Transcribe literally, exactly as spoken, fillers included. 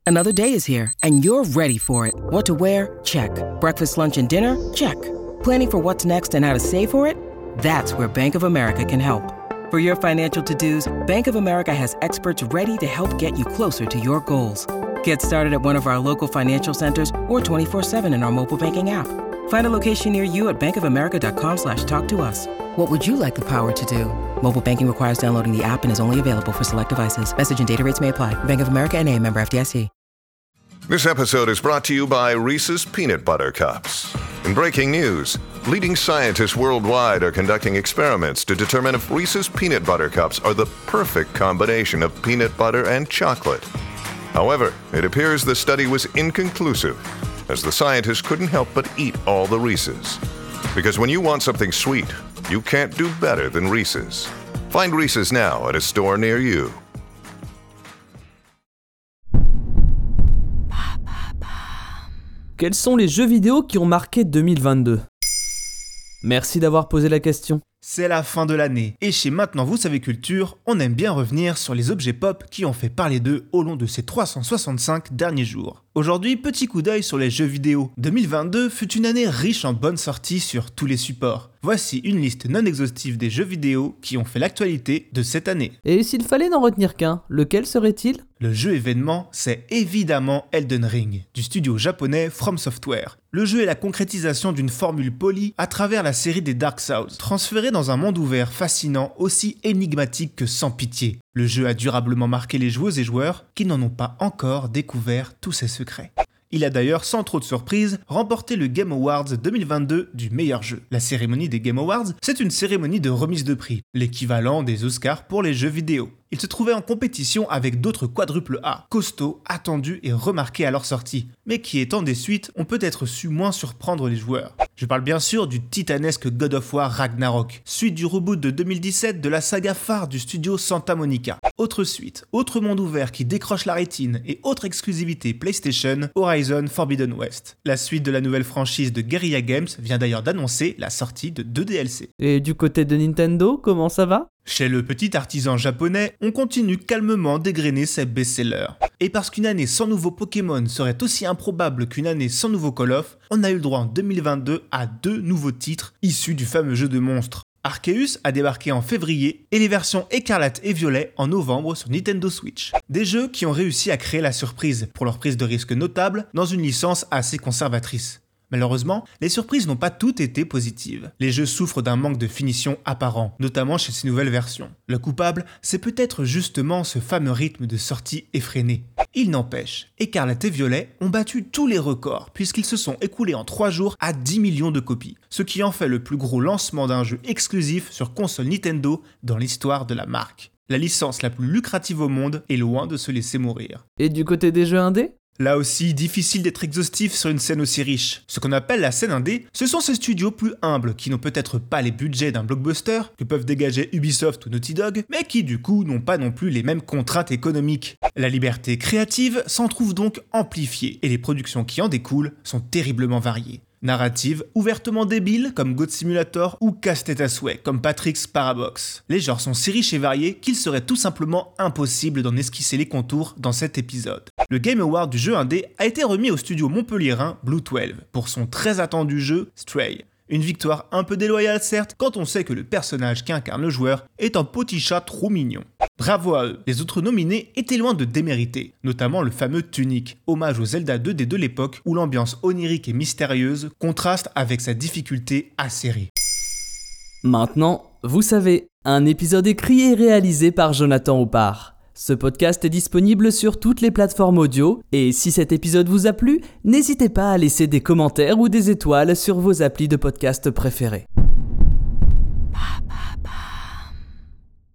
Another day is here, and you're ready for it. What to wear? Check. Breakfast, lunch, and dinner? Check. Planning for what's next and how to save for it? That's where Bank of America can help. For your financial to-dos, Bank of America has experts ready to help get you closer to your goals. Get started at one of our local financial centers or twenty-four seven in our mobile banking app. Find a location near you at bankofamerica.com slash talk to us. What would you like the power to do? Mobile banking requires downloading the app and is only available for select devices. Message and data rates may apply. Bank of America N A, member F D I C. This episode is brought to you by Reese's Peanut Butter Cups. In breaking news, leading scientists worldwide are conducting experiments to determine if Reese's Peanut Butter Cups are the perfect combination of peanut butter and chocolate. However, it appears the study was inconclusive, as the scientists couldn't help but eat all the Reese's. Because when you want something sweet, you can't do better than Reese's. Find Reese's now at a store near you. Quels sont les jeux vidéo qui ont marqué deux mille vingt-deux ? Merci d'avoir posé la question. C'est la fin de l'année, et chez Maintenant Vous Savez Culture, on aime bien revenir sur les objets pop qui ont fait parler d'eux au long de ces trois cent soixante-cinq derniers jours. Aujourd'hui, petit coup d'œil sur les jeux vidéo. deux mille vingt-deux fut une année riche en bonnes sorties sur tous les supports. Voici une liste non exhaustive des jeux vidéo qui ont fait l'actualité de cette année. Et s'il fallait n'en retenir qu'un, lequel serait-il ? Le jeu événement, c'est évidemment Elden Ring, du studio japonais From Software. Le jeu est la concrétisation d'une formule polie à travers la série des Dark Souls, transférée dans un monde ouvert fascinant, aussi énigmatique que sans pitié. Le jeu a durablement marqué les joueuses et joueurs qui n'en ont pas encore découvert tous ses secrets. Il a d'ailleurs, sans trop de surprise, remporté le Game Awards deux mille vingt-deux du meilleur jeu. La cérémonie des Game Awards, c'est une cérémonie de remise de prix, l'équivalent des Oscars pour les jeux vidéo. Il se trouvait en compétition avec d'autres quadruples A, costauds, attendus et remarqués à leur sortie, mais qui étant des suites, ont peut-être su moins surprendre les joueurs. Je parle bien sûr du titanesque God of War Ragnarok, suite du reboot de deux mille dix-sept de la saga phare du studio Santa Monica. Autre suite, autre monde ouvert qui décroche la rétine et autre exclusivité PlayStation, Horizon Forbidden West. La suite de la nouvelle franchise de Guerrilla Games vient d'ailleurs d'annoncer la sortie de deux D L C. Et du côté de Nintendo, comment ça va ? Chez le petit artisan japonais, on continue calmement d'égrener ses best-sellers. Et parce qu'une année sans nouveau Pokémon serait aussi improbable qu'une année sans nouveau Call of, on a eu le droit en deux mille vingt-deux à deux nouveaux titres issus du fameux jeu de monstres. Arceus a débarqué en février et les versions écarlate et violet en novembre sur Nintendo Switch. Des jeux qui ont réussi à créer la surprise pour leur prise de risque notable dans une licence assez conservatrice. Malheureusement, les surprises n'ont pas toutes été positives. Les jeux souffrent d'un manque de finition apparent, notamment chez ces nouvelles versions. Le coupable, c'est peut-être justement ce fameux rythme de sortie effréné. Il n'empêche, Écarlate et Violet ont battu tous les records puisqu'ils se sont écoulés en trois jours à dix millions de copies, ce qui en fait le plus gros lancement d'un jeu exclusif sur console Nintendo dans l'histoire de la marque. La licence la plus lucrative au monde est loin de se laisser mourir. Et du côté des jeux indés ? Là aussi, difficile d'être exhaustif sur une scène aussi riche. Ce qu'on appelle la scène indé, ce sont ces studios plus humbles qui n'ont peut-être pas les budgets d'un blockbuster que peuvent dégager Ubisoft ou Naughty Dog, mais qui du coup n'ont pas non plus les mêmes contraintes économiques. La liberté créative s'en trouve donc amplifiée et les productions qui en découlent sont terriblement variées. Narrative ouvertement débile comme God Simulator ou casse-tête à souhait comme Patrick's Parabox. Les genres sont si riches et variés qu'il serait tout simplement impossible d'en esquisser les contours dans cet épisode. Le Game Award du jeu indé a été remis au studio montpelliérain Blue douze pour son très attendu jeu Stray. Une victoire un peu déloyale certes quand on sait que le personnage qu'incarne le joueur est un petit chat trop mignon. Bravo à eux, les autres nominés étaient loin de démériter, notamment le fameux Tunic, hommage au Zelda deux D de l'époque où l'ambiance onirique et mystérieuse contraste avec sa difficulté acérée. Maintenant, vous savez, un épisode écrit et réalisé par Jonathan Oppard. Ce podcast est disponible sur toutes les plateformes audio et si cet épisode vous a plu, n'hésitez pas à laisser des commentaires ou des étoiles sur vos applis de podcast préférés.